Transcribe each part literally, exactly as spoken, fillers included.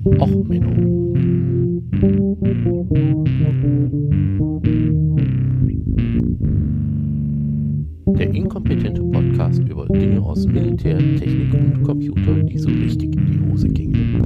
Och, Menno. Der inkompetente Podcast über Dinge aus Militär, Technik und Computer, die so richtig in die Hose gingen.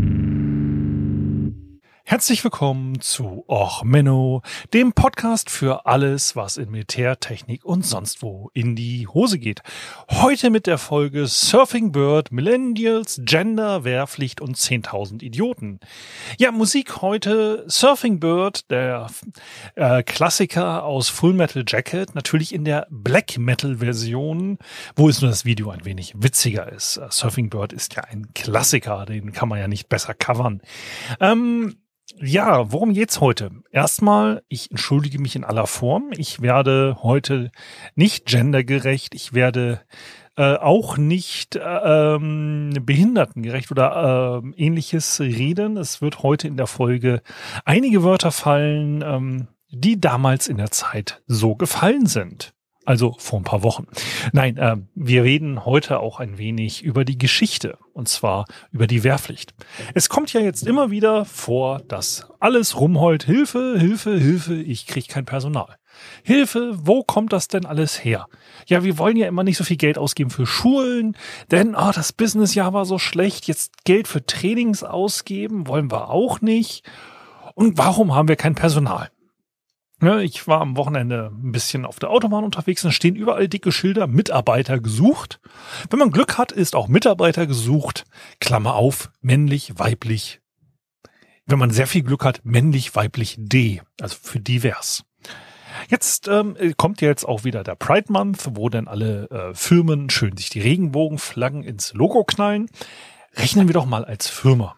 Herzlich willkommen zu Och Menno, dem Podcast für alles, was in Militär, Technik und sonst wo in die Hose geht. Heute mit der Folge Surfing Bird, Millennials, Gender, Wehrpflicht und zehntausend Idioten. Ja, Musik heute Surfing Bird, der äh, Klassiker aus Full Metal Jacket, natürlich in der Black Metal Version, wo es nur das Video ein wenig witziger ist. Uh, Surfing Bird ist ja ein Klassiker, den kann man ja nicht besser covern. Ähm, Ja, worum geht's heute? Erstmal, ich entschuldige mich in aller Form. Ich werde heute nicht gendergerecht. Ich werde äh, auch nicht äh, ähm, behindertengerecht oder äh, ähnliches reden. Es wird heute in der Folge einige Wörter fallen, ähm, die damals in der Zeit so gefallen sind. Also vor ein paar Wochen. Nein, äh, wir reden heute auch ein wenig über die Geschichte, und zwar über die Wehrpflicht. Es kommt ja jetzt immer wieder vor, dass alles rumheult, Hilfe, Hilfe, Hilfe, ich krieg kein Personal. Hilfe, wo kommt das denn alles her? Ja, wir wollen ja immer nicht so viel Geld ausgeben für Schulen, denn ah, das Businessjahr war so schlecht, jetzt Geld für Trainings ausgeben wollen wir auch nicht. Und warum haben wir kein Personal? Ja, ich war am Wochenende ein bisschen auf der Autobahn unterwegs und da stehen überall dicke Schilder, Mitarbeiter gesucht. Wenn man Glück hat, ist auch Mitarbeiter gesucht, Klammer auf, männlich, weiblich. Wenn man sehr viel Glück hat, männlich, weiblich, D, also für divers. Jetzt ähm, kommt ja jetzt auch wieder der Pride Month, wo dann alle äh, Firmen schön sich die Regenbogenflaggen ins Logo knallen. Rechnen wir doch mal als Firma.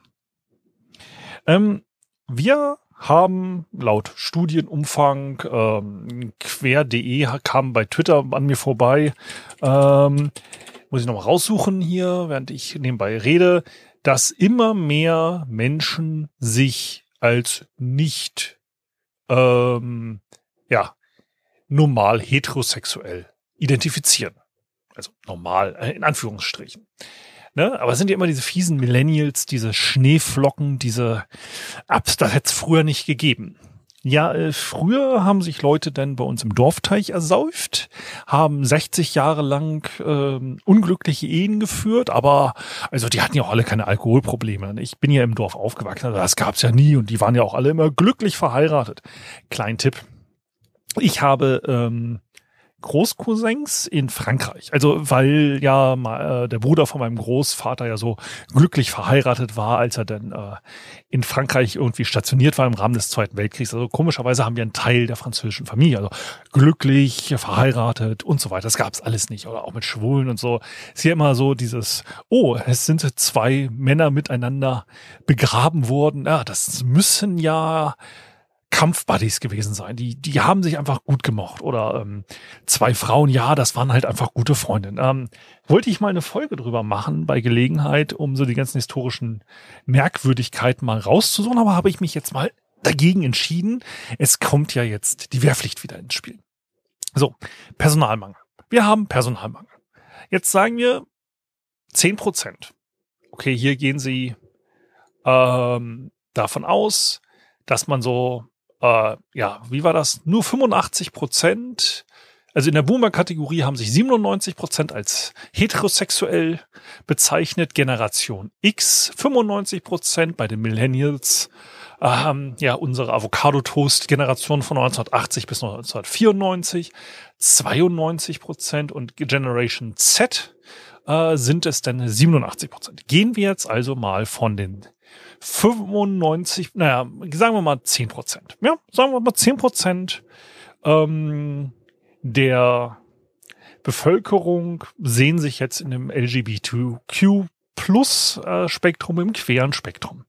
Ähm, wir haben laut Studienumfang, ähm, quer punkt de kam bei Twitter an mir vorbei, ähm, muss ich nochmal raussuchen hier, während ich nebenbei rede, dass immer mehr Menschen sich als nicht, ähm, ja, normal heterosexuell identifizieren. Also normal, äh, in Anführungsstrichen. Ne? Aber es sind ja immer diese fiesen Millennials, diese Schneeflocken, diese Ups, das hätte es früher nicht gegeben. Ja, äh, früher haben sich Leute dann bei uns im Dorfteich ersäuft, haben sechzig Jahre lang äh, unglückliche Ehen geführt, aber also die hatten ja auch alle keine Alkoholprobleme. Ich bin ja im Dorf aufgewachsen, also das gab's ja nie und die waren ja auch alle immer glücklich verheiratet. Klein Tipp. Ich habe ähm, Großcousins in Frankreich. Also weil ja mal, äh, der Bruder von meinem Großvater ja so glücklich verheiratet war, als er dann äh, in Frankreich irgendwie stationiert war im Rahmen des Zweiten Weltkriegs. Also komischerweise haben wir einen Teil der französischen Familie, also glücklich verheiratet und so weiter. Das gab's alles nicht. Oder auch mit Schwulen und so. Ist hier immer so dieses, oh, es sind zwei Männer miteinander begraben worden. Ja, das müssen ja Kampfbuddies gewesen sein. Die, die haben sich einfach gut gemocht. Oder ähm, zwei Frauen, ja, das waren halt einfach gute Freundinnen. Ähm, wollte ich mal eine Folge drüber machen bei Gelegenheit, um so die ganzen historischen Merkwürdigkeiten mal rauszusuchen. Aber habe ich mich jetzt mal dagegen entschieden. Es kommt ja jetzt die Wehrpflicht wieder ins Spiel. So, Personalmangel. Wir haben Personalmangel. Jetzt sagen wir zehn Prozent. Okay, hier gehen Sie ähm, davon aus, dass man so Äh, ja, wie war das? Nur fünfundachtzig Prozent, also in der Boomer-Kategorie haben sich siebenundneunzig Prozent als heterosexuell bezeichnet, Generation X fünfundneunzig Prozent, bei den Millennials, ähm, ja, unsere Avocado-Toast-Generation von neunzehnhundertachtzig bis neunzehnhundertvierundneunzig, zweiundneunzig Prozent und Generation Z äh, sind es dann siebenundachtzig Prozent. Gehen wir jetzt also mal von den fünfundneunzig, naja, sagen wir mal zehn Prozent. Ja, sagen wir mal zehn Prozent ähm, der Bevölkerung sehen sich jetzt in dem L G B T Q Plus äh, Spektrum, im queeren Spektrum.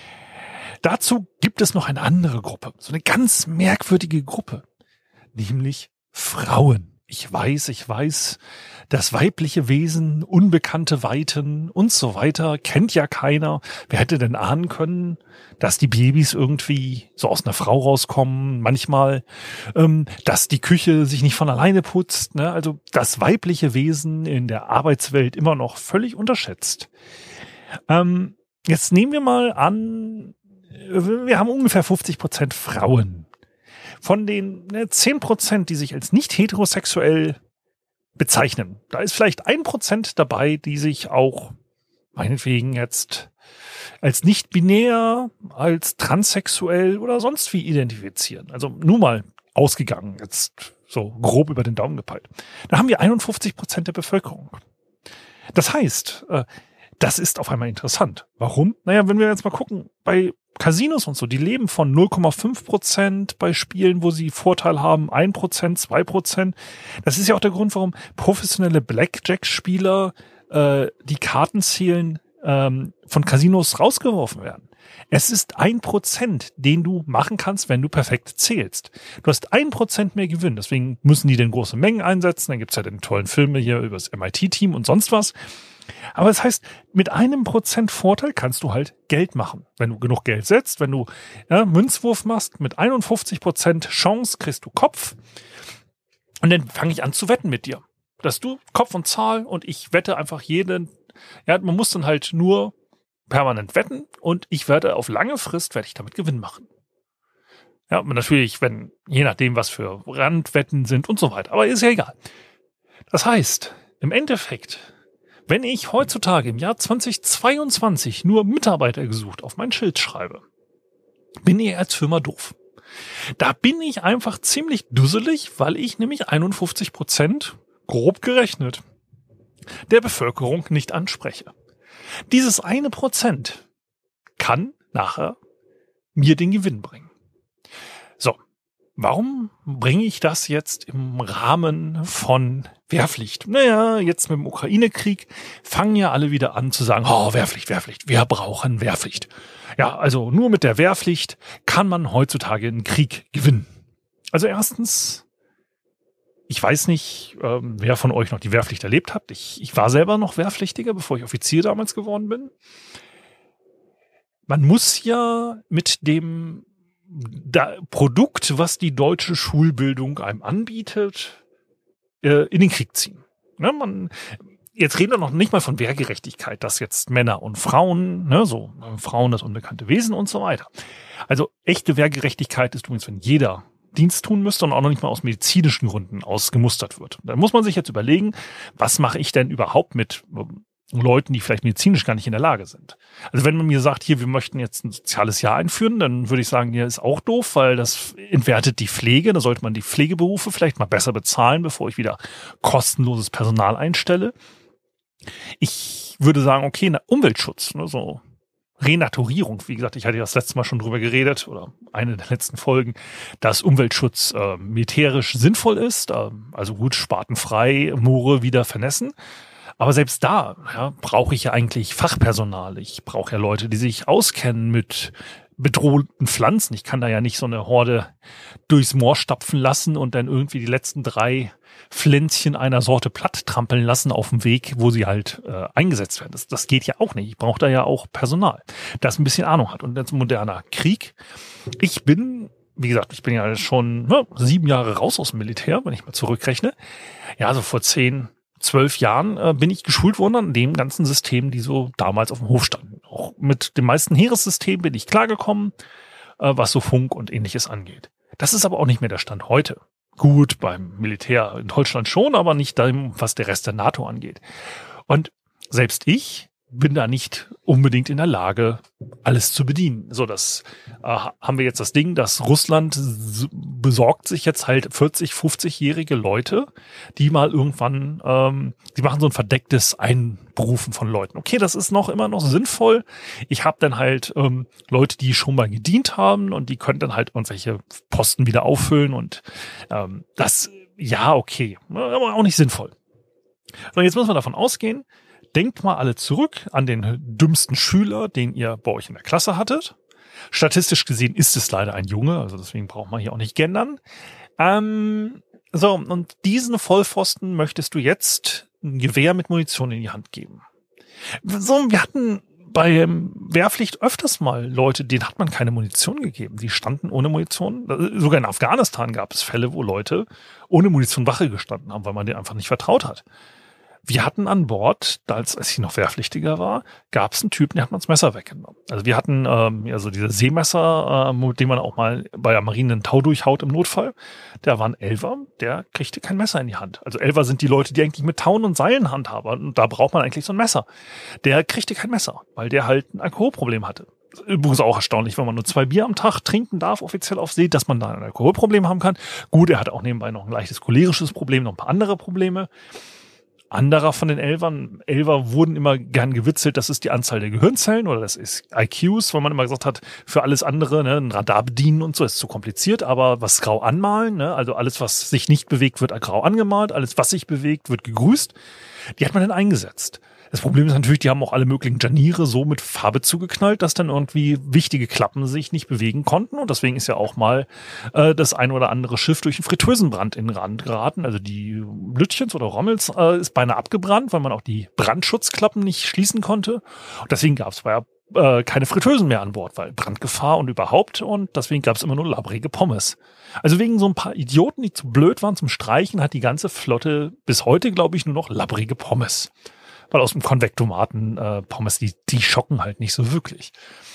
Dazu gibt es noch eine andere Gruppe, so eine ganz merkwürdige Gruppe, nämlich Frauen. Ich weiß, ich weiß, das weibliche Wesen, unbekannte Weiten und so weiter, kennt ja keiner. Wer hätte denn ahnen können, dass die Babys irgendwie so aus einer Frau rauskommen, manchmal, ähm, dass die Küche sich nicht von alleine putzt, ne? Also das weibliche Wesen in der Arbeitswelt immer noch völlig unterschätzt. Ähm, jetzt nehmen wir mal an, wir haben ungefähr fünfzig Prozent Frauen. Von den ne, zehn Prozent, die sich als nicht heterosexuell bezeichnen, da ist vielleicht ein Prozent dabei, die sich auch meinetwegen jetzt als nicht binär, als transsexuell oder sonst wie identifizieren. Also nur mal ausgegangen, jetzt so grob über den Daumen gepeilt. Da haben wir einundfünfzig Prozent der Bevölkerung. Das heißt, das ist auf einmal interessant. Warum? Naja, wenn wir jetzt mal gucken, bei Casinos und so, die leben von null Komma fünf Prozent bei Spielen, wo sie Vorteil haben, ein Prozent, zwei Prozent. Das ist ja auch der Grund, warum professionelle Blackjack-Spieler äh, die Karten zählen, ähm, von Casinos rausgeworfen werden. Es ist ein Prozent, den du machen kannst, wenn du perfekt zählst. Du hast ein Prozent mehr Gewinn, deswegen müssen die denn große Mengen einsetzen. Dann gibt's ja den tollen Filme hier über das M I T-Team und sonst was. Aber das heißt, mit einem Prozent Vorteil kannst du halt Geld machen. Wenn du genug Geld setzt, wenn du ja, Münzwurf machst, mit einundfünfzig Prozent Chance kriegst du Kopf. Und dann fange ich an zu wetten mit dir. Dass du Kopf und Zahl und ich wette einfach jeden. Ja, man muss dann halt nur permanent wetten und ich werde auf lange Frist, werde ich damit Gewinn machen. Ja, und natürlich, wenn, je nachdem, was für Randwetten sind und so weiter. Aber ist ja egal. Das heißt, im Endeffekt, wenn ich heutzutage im Jahr zweitausendzweiundzwanzig nur Mitarbeiter gesucht auf mein Schild schreibe, bin ich als Firma doof. Da bin ich einfach ziemlich dusselig, weil ich nämlich einundfünfzig Prozent, grob gerechnet, der Bevölkerung nicht anspreche. Dieses eine Prozent kann nachher mir den Gewinn bringen. So, warum bringe ich das jetzt im Rahmen von Wehrpflicht? Naja, jetzt mit dem Ukraine-Krieg fangen ja alle wieder an zu sagen, oh, Wehrpflicht, Wehrpflicht, wir brauchen Wehrpflicht. Ja, also nur mit der Wehrpflicht kann man heutzutage einen Krieg gewinnen. Also erstens, ich weiß nicht, ähm, wer von euch noch die Wehrpflicht erlebt hat. Ich, ich war selber noch Wehrpflichtiger, bevor ich Offizier damals geworden bin. Man muss ja mit dem da Produkt, was die deutsche Schulbildung einem anbietet, äh, in den Krieg ziehen. Ne, man, jetzt reden wir noch nicht mal von Wehrgerechtigkeit, dass jetzt Männer und Frauen, ne, so äh, Frauen das unbekannte Wesen und so weiter. Also echte Wehrgerechtigkeit ist übrigens, wenn jeder Dienst tun müsste und auch noch nicht mal aus medizinischen Gründen ausgemustert wird. Da muss man sich jetzt überlegen, was mache ich denn überhaupt mit Leuten, die vielleicht medizinisch gar nicht in der Lage sind. Also wenn man mir sagt, hier, wir möchten jetzt ein soziales Jahr einführen, dann würde ich sagen, ja, ist auch doof, weil das entwertet die Pflege. Da sollte man die Pflegeberufe vielleicht mal besser bezahlen, bevor ich wieder kostenloses Personal einstelle. Ich würde sagen, okay, na, Umweltschutz, ne, so Renaturierung, wie gesagt, ich hatte ja das letzte Mal schon drüber geredet oder eine der letzten Folgen, dass Umweltschutz äh, militärisch sinnvoll ist, äh, also gut, spartenfrei, Moore wieder vernässen. Aber selbst da ja, brauche ich ja eigentlich Fachpersonal. Ich brauche ja Leute, die sich auskennen mit bedrohten Pflanzen. Ich kann da ja nicht so eine Horde durchs Moor stapfen lassen und dann irgendwie die letzten drei Pflänzchen einer Sorte platt trampeln lassen auf dem Weg, wo sie halt äh, eingesetzt werden. Das, das geht ja auch nicht. Ich brauche da ja auch Personal, das ein bisschen Ahnung hat. Und jetzt moderner Krieg. Ich bin, wie gesagt, ich bin ja schon ja, sieben Jahre raus aus dem Militär, wenn ich mal zurückrechne. Ja, so vor zehn, zwölf Jahren äh, bin ich geschult worden an dem ganzen System, die so damals auf dem Hof standen. Auch mit dem meisten Heeressystem bin ich klargekommen, äh, was so Funk und Ähnliches angeht. Das ist aber auch nicht mehr der Stand heute. Gut, beim Militär in Deutschland schon, aber nicht dem, was der Rest der NATO angeht. Und selbst ich bin da nicht unbedingt in der Lage, alles zu bedienen. So, das äh, haben wir jetzt das Ding, dass Russland besorgt sich jetzt halt vierzig-, fünfzigjährige Leute, die mal irgendwann, ähm, die machen so ein verdecktes Einberufen von Leuten. Okay, das ist noch immer noch sinnvoll. Ich habe dann halt ähm, Leute, die schon mal gedient haben und die können dann halt irgendwelche Posten wieder auffüllen und ähm, das, ja, okay, aber auch nicht sinnvoll. So, jetzt müssen wir davon ausgehen, denkt mal alle zurück an den dümmsten Schüler, den ihr bei euch in der Klasse hattet. Statistisch gesehen ist es leider ein Junge, also deswegen braucht man hier auch nicht gendern. Ähm, so, und diesen Vollpfosten möchtest du jetzt ein Gewehr mit Munition in die Hand geben. So, wir hatten bei Wehrpflicht öfters mal Leute, denen hat man keine Munition gegeben. Die standen ohne Munition. Sogar in Afghanistan gab es Fälle, wo Leute ohne Munition Wache gestanden haben, weil man denen einfach nicht vertraut hat. Wir hatten an Bord, als, als ich noch wehrpflichtiger war, gab es einen Typen, der hat uns das Messer weggenommen. Also wir hatten ähm, also diese Seemesser, äh, mit dem man auch mal bei der Marine einen Tau durchhaut im Notfall. Der war ein Elfer, der kriegte kein Messer in die Hand. Also Elfer sind die Leute, die eigentlich mit Tauen und Seilen handhaben. Und da braucht man eigentlich so ein Messer. Der kriegte kein Messer, weil der halt ein Alkoholproblem hatte. Übrigens auch erstaunlich, wenn man nur zwei Bier am Tag trinken darf, offiziell auf See, dass man da ein Alkoholproblem haben kann. Gut, er hatte auch nebenbei noch ein leichtes cholerisches Problem, noch ein paar andere Probleme. Anderer von den Elfern, Elfer wurden immer gern gewitzelt, das ist die Anzahl der Gehirnzellen oder das ist I Qs, weil man immer gesagt hat, für alles andere, ne, ein Radar bedienen und so ist zu kompliziert, aber was grau anmalen, ne, also alles, was sich nicht bewegt, wird grau angemalt, alles, was sich bewegt, wird gegrüßt, die hat man dann eingesetzt. Das Problem ist natürlich, die haben auch alle möglichen Scharniere so mit Farbe zugeknallt, dass dann irgendwie wichtige Klappen sich nicht bewegen konnten. Und deswegen ist ja auch mal äh, das ein oder andere Schiff durch einen Fritteusenbrand in den Rand geraten. Also die Lütchens oder Rommels äh, ist beinahe abgebrannt, weil man auch die Brandschutzklappen nicht schließen konnte. Und deswegen gab es ja äh, keine Fritteusen mehr an Bord, weil Brandgefahr und überhaupt. Und deswegen gab es immer nur labbrige Pommes. Also wegen so ein paar Idioten, die zu blöd waren zum Streichen, hat die ganze Flotte bis heute, glaube ich, nur noch labbrige Pommes. Weil aus dem Konvektomaten äh, Pommes, die, die schocken halt nicht so wirklich.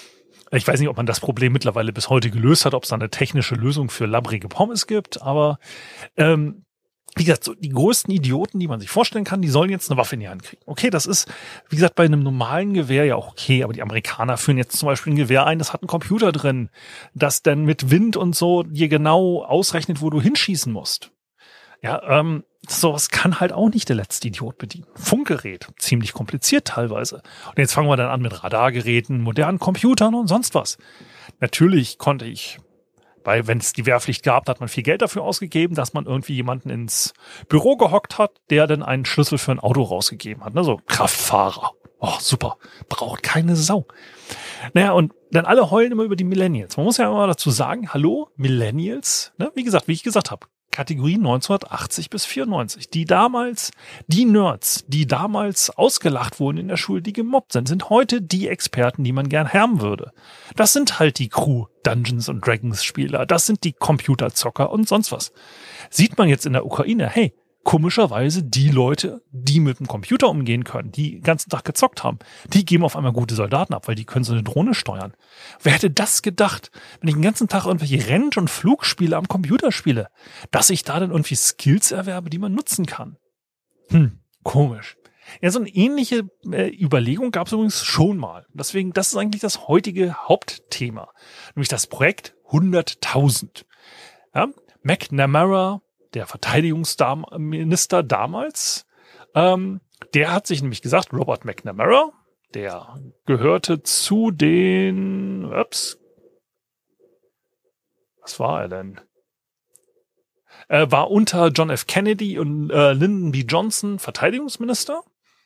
Ich weiß nicht, ob man das Problem mittlerweile bis heute gelöst hat, ob es da eine technische Lösung für labbrige Pommes gibt, aber ähm, wie gesagt, so die größten Idioten, die man sich vorstellen kann, die sollen jetzt eine Waffe in die Hand kriegen. Okay, das ist, wie gesagt, bei einem normalen Gewehr ja auch okay, aber die Amerikaner führen jetzt zum Beispiel ein Gewehr ein, das hat einen Computer drin, das dann mit Wind und so dir genau ausrechnet, wo du hinschießen musst. Ja, ähm, sowas kann halt auch nicht der letzte Idiot bedienen. Funkgerät, ziemlich kompliziert teilweise. Und jetzt fangen wir dann an mit Radargeräten, modernen Computern und sonst was. Natürlich konnte ich, weil wenn es die Wehrpflicht gab, hat man viel Geld dafür ausgegeben, dass man irgendwie jemanden ins Büro gehockt hat, der dann einen Schlüssel für ein Auto rausgegeben hat. Ne? So Kraftfahrer. Oh, super. Braucht keine Sau. Naja, und dann alle heulen immer über die Millennials. Man muss ja immer dazu sagen, hallo, Millennials, ne? Wie gesagt, wie ich gesagt habe, Kategorie neunzehnhundertachtzig bis vierundneunzig. Die damals, die Nerds, die damals ausgelacht wurden in der Schule, die gemobbt sind, sind heute die Experten, die man gern haben würde. Das sind halt die Crew Dungeons and Dragons Spieler. Das sind die Computerzocker und sonst was. Sieht man jetzt in der Ukraine, hey, komischerweise die Leute, die mit dem Computer umgehen können, die den ganzen Tag gezockt haben, die geben auf einmal gute Soldaten ab, weil die können so eine Drohne steuern. Wer hätte das gedacht, wenn ich den ganzen Tag irgendwelche Renn- und Flugspiele am Computer spiele, dass ich da dann irgendwie Skills erwerbe, die man nutzen kann? Hm, komisch. Ja, so eine ähnliche äh, Überlegung gab es übrigens schon mal. Deswegen, das ist eigentlich das heutige Hauptthema, nämlich das Projekt hunderttausend. Ja, McNamara, der Verteidigungsminister damals, ähm, der hat sich nämlich gesagt, Robert McNamara, der gehörte zu den, ups, was war er denn? Er war unter John F. Kennedy und äh, Lyndon B. Johnson Verteidigungsminister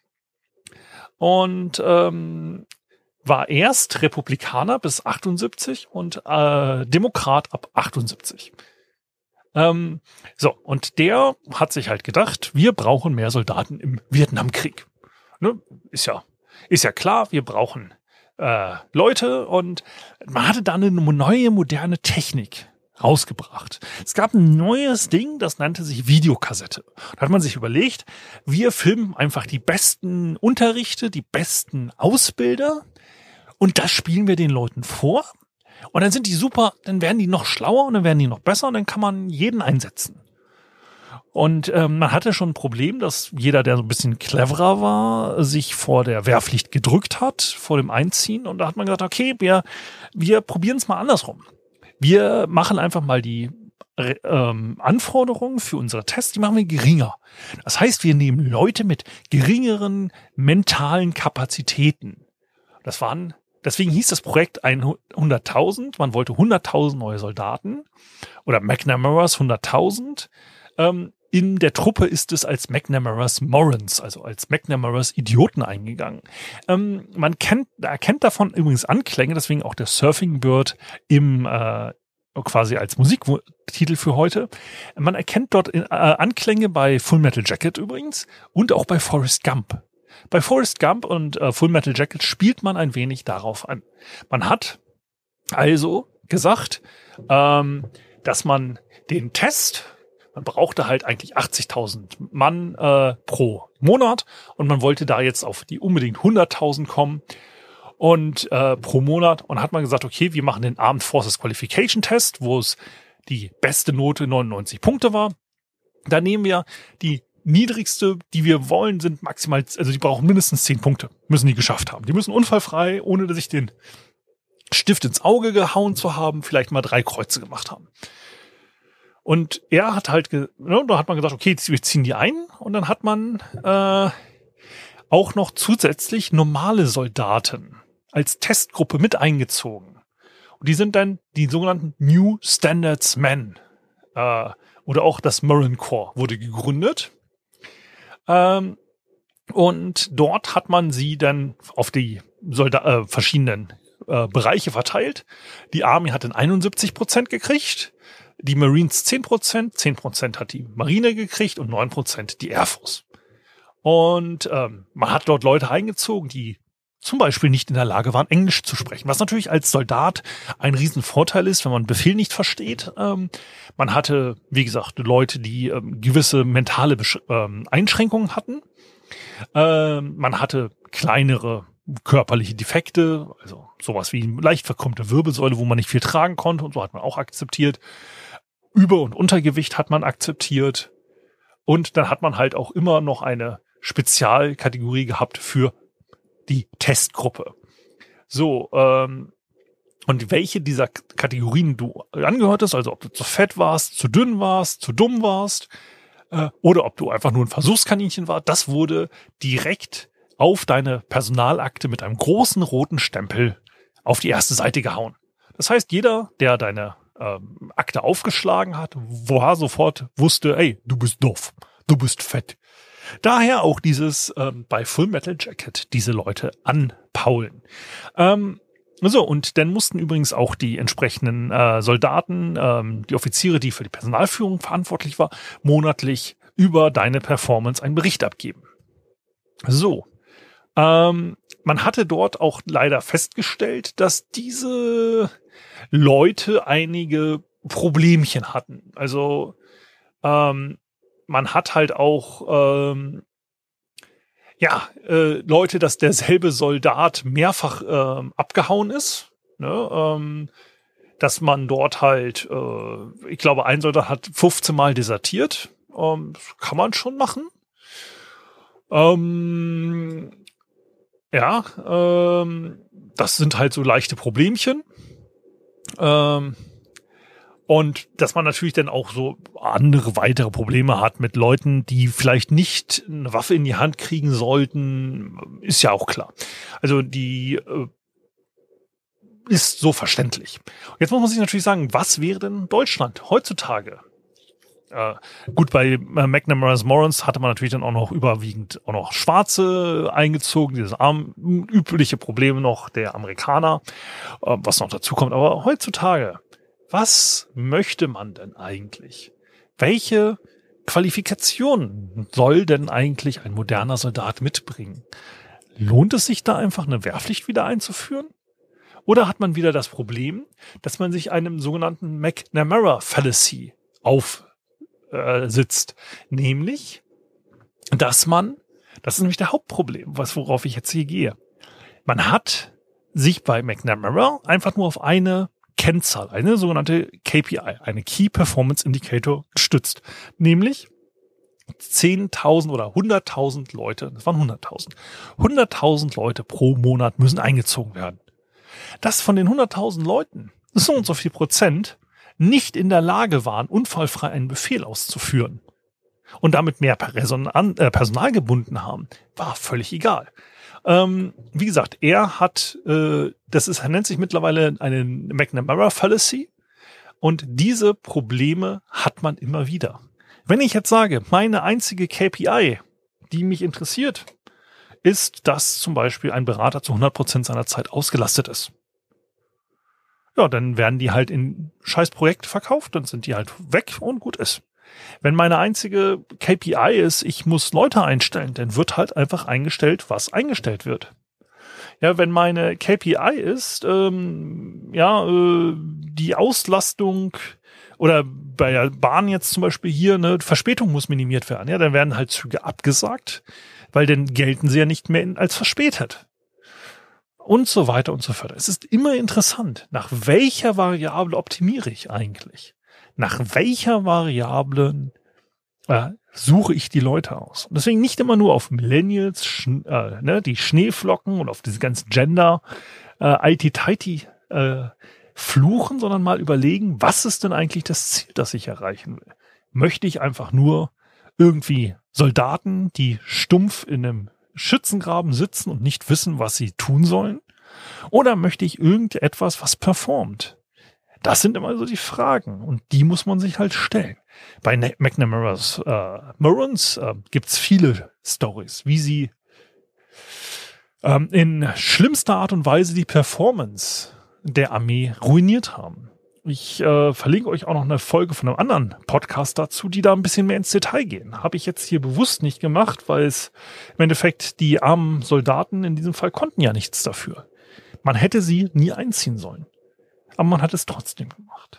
und ähm, war erst Republikaner bis achtundsiebzig und äh, Demokrat ab achtundsiebzig. Ähm, so, und der hat sich halt gedacht, wir brauchen mehr Soldaten im Vietnamkrieg. Ne? Ist ja, ist ja klar, wir brauchen äh, Leute und man hatte da eine neue, moderne Technik rausgebracht. Es gab ein neues Ding, das nannte sich Videokassette. Da hat man sich überlegt, wir filmen einfach die besten Unterrichte, die besten Ausbilder und das spielen wir den Leuten vor. Und dann sind die super, dann werden die noch schlauer und dann werden die noch besser und dann kann man jeden einsetzen. Und ähm, man hatte schon ein Problem, dass jeder, der so ein bisschen cleverer war, sich vor der Wehrpflicht gedrückt hat, vor dem Einziehen. Und da hat man gesagt, okay, wir, wir probieren es mal andersrum. Wir machen einfach mal die ähm, Anforderungen für unsere Tests, die machen wir geringer. Das heißt, wir nehmen Leute mit geringeren mentalen Kapazitäten. Das waren Deswegen hieß das Projekt hunderttausend. Man wollte hunderttausend neue Soldaten oder McNamaras hunderttausend. Ähm, in der Truppe ist es als McNamaras Morons, also als McNamaras Idioten eingegangen. Ähm, man kennt, erkennt davon übrigens Anklänge, deswegen auch der Surfing Bird im äh, quasi als Musiktitel für heute. Man erkennt dort äh, Anklänge bei Full Metal Jacket übrigens und auch bei Forrest Gump. Bei Forrest Gump und äh, Full Metal Jacket spielt man ein wenig darauf an. Man hat also gesagt, ähm, dass man den Test, Man brauchte halt eigentlich achtzigtausend Mann äh, pro Monat und man wollte da jetzt auf die unbedingt hunderttausend kommen und äh, pro Monat. Und hat man gesagt, okay, wir machen den Armed Forces Qualification Test, wo es die beste Note neunundneunzig Punkte war. Da nehmen wir die niedrigste, die wir wollen, sind maximal, also die brauchen mindestens zehn Punkte, müssen die geschafft haben. Die müssen unfallfrei, ohne dass ich den Stift ins Auge gehauen zu haben, vielleicht mal drei Kreuze gemacht haben. Und er hat halt, ge- ne, da hat man gesagt, okay, wir ziehen die ein und dann hat man äh, auch noch zusätzlich normale Soldaten als Testgruppe mit eingezogen. Und die sind dann die sogenannten New Standards Men. Äh, oder auch das Marine Corps wurde gegründet. Ähm, und dort hat man sie dann auf die Solda- äh, verschiedenen äh, Bereiche verteilt. Die Army hat dann einundsiebzig Prozent gekriegt. Die Marines zehn Prozent, zehn Prozent hat die Marine gekriegt und neun Prozent die Air Force. Und ähm, man hat dort Leute eingezogen, die zum Beispiel nicht in der Lage waren, Englisch zu sprechen. Was natürlich als Soldat ein Riesenvorteil ist, wenn man einen Befehl nicht versteht. Ähm, man hatte, wie gesagt, Leute, die ähm, gewisse mentale Besch- ähm, Einschränkungen hatten. Ähm, man hatte kleinere körperliche Defekte, also sowas wie leicht verkrümmte Wirbelsäule, wo man nicht viel tragen konnte und so hat man auch akzeptiert. Über- und Untergewicht hat man akzeptiert. Und dann hat man halt auch immer noch eine Spezialkategorie gehabt für die Testgruppe. So, ähm, und welche dieser Kategorien du angehörtest, also ob du zu fett warst, zu dünn warst, zu dumm warst, äh, oder ob du einfach nur ein Versuchskaninchen warst, das wurde direkt auf deine Personalakte mit einem großen roten Stempel auf die erste Seite gehauen. Das heißt, jeder, der deine ähm, Akte aufgeschlagen hat, war sofort wusste, ey, du bist doof, du bist fett. Daher auch dieses ähm, bei Full Metal Jacket diese Leute anpaulen. Ähm, so, und dann mussten übrigens auch die entsprechenden äh, Soldaten, ähm, die Offiziere, die für die Personalführung verantwortlich war, monatlich über deine Performance einen Bericht abgeben. So. Ähm, man hatte dort auch leider festgestellt, dass diese Leute einige Problemchen hatten. Also ähm, man hat halt auch ähm, ja äh, Leute, dass derselbe Soldat mehrfach ähm, abgehauen ist. Ne? Ähm, dass man dort halt, äh, ich glaube, ein Soldat hat fünfzehn Mal desertiert. Ähm, das kann man schon machen. Ähm, Ja, ähm, das sind halt so leichte Problemchen. Ähm, und dass man natürlich dann auch so andere weitere Probleme hat mit Leuten, die vielleicht nicht eine Waffe in die Hand kriegen sollten, ist ja auch klar. Also die äh, ist so verständlich. Jetzt muss man sich natürlich sagen, was wäre denn Deutschland heutzutage? Äh, gut, bei äh, McNamara's Morons hatte man natürlich dann auch noch überwiegend auch noch Schwarze eingezogen, dieses arm, übliche Problem noch der Amerikaner, äh, was noch dazu kommt. Aber heutzutage, was möchte man denn eigentlich? Welche Qualifikationen soll denn eigentlich ein moderner Soldat mitbringen? Lohnt es sich da einfach eine Wehrpflicht wieder einzuführen? Oder hat man wieder das Problem, dass man sich einem sogenannten McNamara Fallacy auf sitzt, nämlich, dass man, das ist nämlich der Hauptproblem, was worauf ich jetzt hier gehe. Man hat sich bei McNamara einfach nur auf eine Kennzahl, eine sogenannte K P I, eine Key Performance Indicator gestützt, nämlich zehntausend oder hunderttausend Leute, das waren hunderttausend, hunderttausend Leute pro Monat müssen eingezogen werden. Das von den hunderttausend Leuten, so und so viel Prozent, nicht in der Lage waren, unfallfrei einen Befehl auszuführen und damit mehr Personal gebunden haben, war völlig egal. Ähm, wie gesagt, er hat, äh, das ist, nennt sich mittlerweile eine McNamara Fallacy und diese Probleme hat man immer wieder. Wenn ich jetzt sage, meine einzige K P I, die mich interessiert, ist, dass zum Beispiel ein Berater zu hundert Prozent seiner Zeit ausgelastet ist. Ja, dann werden die halt in scheiß Projekte verkauft, dann sind die halt weg und gut ist. Wenn meine einzige K P I ist, ich muss Leute einstellen, dann wird halt einfach eingestellt, was eingestellt wird. Ja, wenn meine K P I ist, ähm, ja, äh, die Auslastung oder bei der Bahn jetzt zum Beispiel hier, eine Verspätung muss minimiert werden. Ja, dann werden halt Züge abgesagt, weil dann gelten sie ja nicht mehr als verspätet. Und so weiter und so fort. Es ist immer interessant, nach welcher Variable optimiere ich eigentlich? Nach welcher Variable äh, suche ich die Leute aus? Und deswegen nicht immer nur auf Millennials, sch- äh, ne, die Schneeflocken und auf diese ganzen Gender, äh, I T-Tighty äh, fluchen, sondern mal überlegen, was ist denn eigentlich das Ziel, das ich erreichen will? Möchte ich einfach nur irgendwie Soldaten, die stumpf in einem Schützengraben sitzen und nicht wissen, was sie tun sollen? Oder möchte ich irgendetwas, was performt? Das sind immer so die Fragen und die muss man sich halt stellen. Bei McNamara's äh, Morons äh, gibt's viele Stories, wie sie ähm, in schlimmster Art und Weise die Performance der Armee ruiniert haben. Ich äh, verlinke euch auch noch eine Folge von einem anderen Podcast dazu, die da ein bisschen mehr ins Detail gehen. Habe ich jetzt hier bewusst nicht gemacht, weil es im Endeffekt die armen Soldaten in diesem Fall konnten ja nichts dafür. Man hätte sie nie einziehen sollen. Aber man hat es trotzdem gemacht.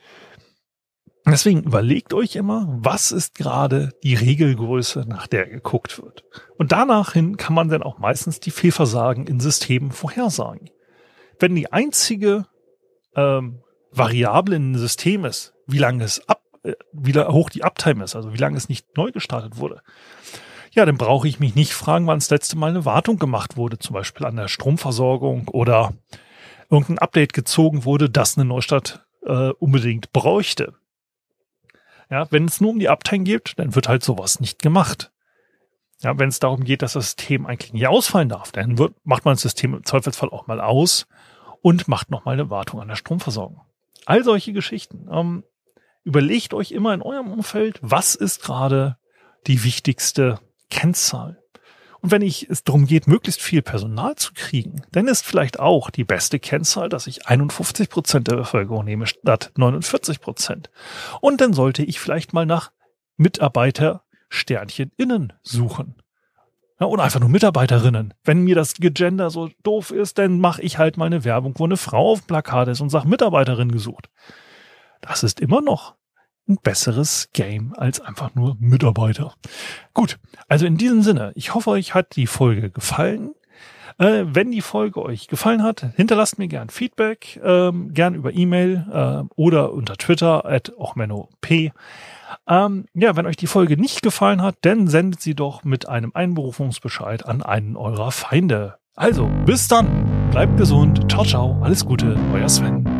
Deswegen überlegt euch immer, was ist gerade die Regelgröße, nach der geguckt wird. Und danach hin kann man dann auch meistens die Fehlversagen in Systemen vorhersagen. Wenn die einzige ähm, Variable in einem System ist, wie lange es ab, äh, wie hoch die Uptime ist, also wie lange es nicht neu gestartet wurde, ja, dann brauche ich mich nicht fragen, wann das letzte Mal eine Wartung gemacht wurde, zum Beispiel an der Stromversorgung oder irgendein Update gezogen wurde, das eine Neustadt äh, unbedingt bräuchte. Ja, wenn es nur um die Uptime geht, dann wird halt sowas nicht gemacht. Ja, wenn es darum geht, dass das System eigentlich nie ausfallen darf, dann wird, macht man das System im Zweifelsfall auch mal aus und macht nochmal eine Wartung an der Stromversorgung. All solche Geschichten. Ähm, überlegt euch immer in eurem Umfeld, was ist gerade die wichtigste Kennzahl. Und wenn ich, es darum geht, möglichst viel Personal zu kriegen, dann ist vielleicht auch die beste Kennzahl, dass ich einundfünfzig Prozent der Bevölkerung nehme statt neunundvierzig Prozent. Und dann sollte ich vielleicht mal nach Mitarbeiter-Sternchen innen suchen. Ja, oder einfach nur Mitarbeiterinnen. Wenn mir das Gegender so doof ist, dann mache ich halt mal eine Werbung, wo eine Frau auf dem Plakat ist und sage Mitarbeiterin gesucht. Das ist immer noch ein besseres Game als einfach nur Mitarbeiter. Gut, also in diesem Sinne, ich hoffe, euch hat die Folge gefallen. Äh, wenn die Folge euch gefallen hat, hinterlasst mir gern Feedback, ähm, gern über E-Mail äh, oder unter Twitter at ochmenop. Ähm, ja, wenn euch die Folge nicht gefallen hat, dann sendet sie doch mit einem Einberufungsbescheid an einen eurer Feinde. Also, bis dann, bleibt gesund, ciao, ciao, alles Gute, euer Sven.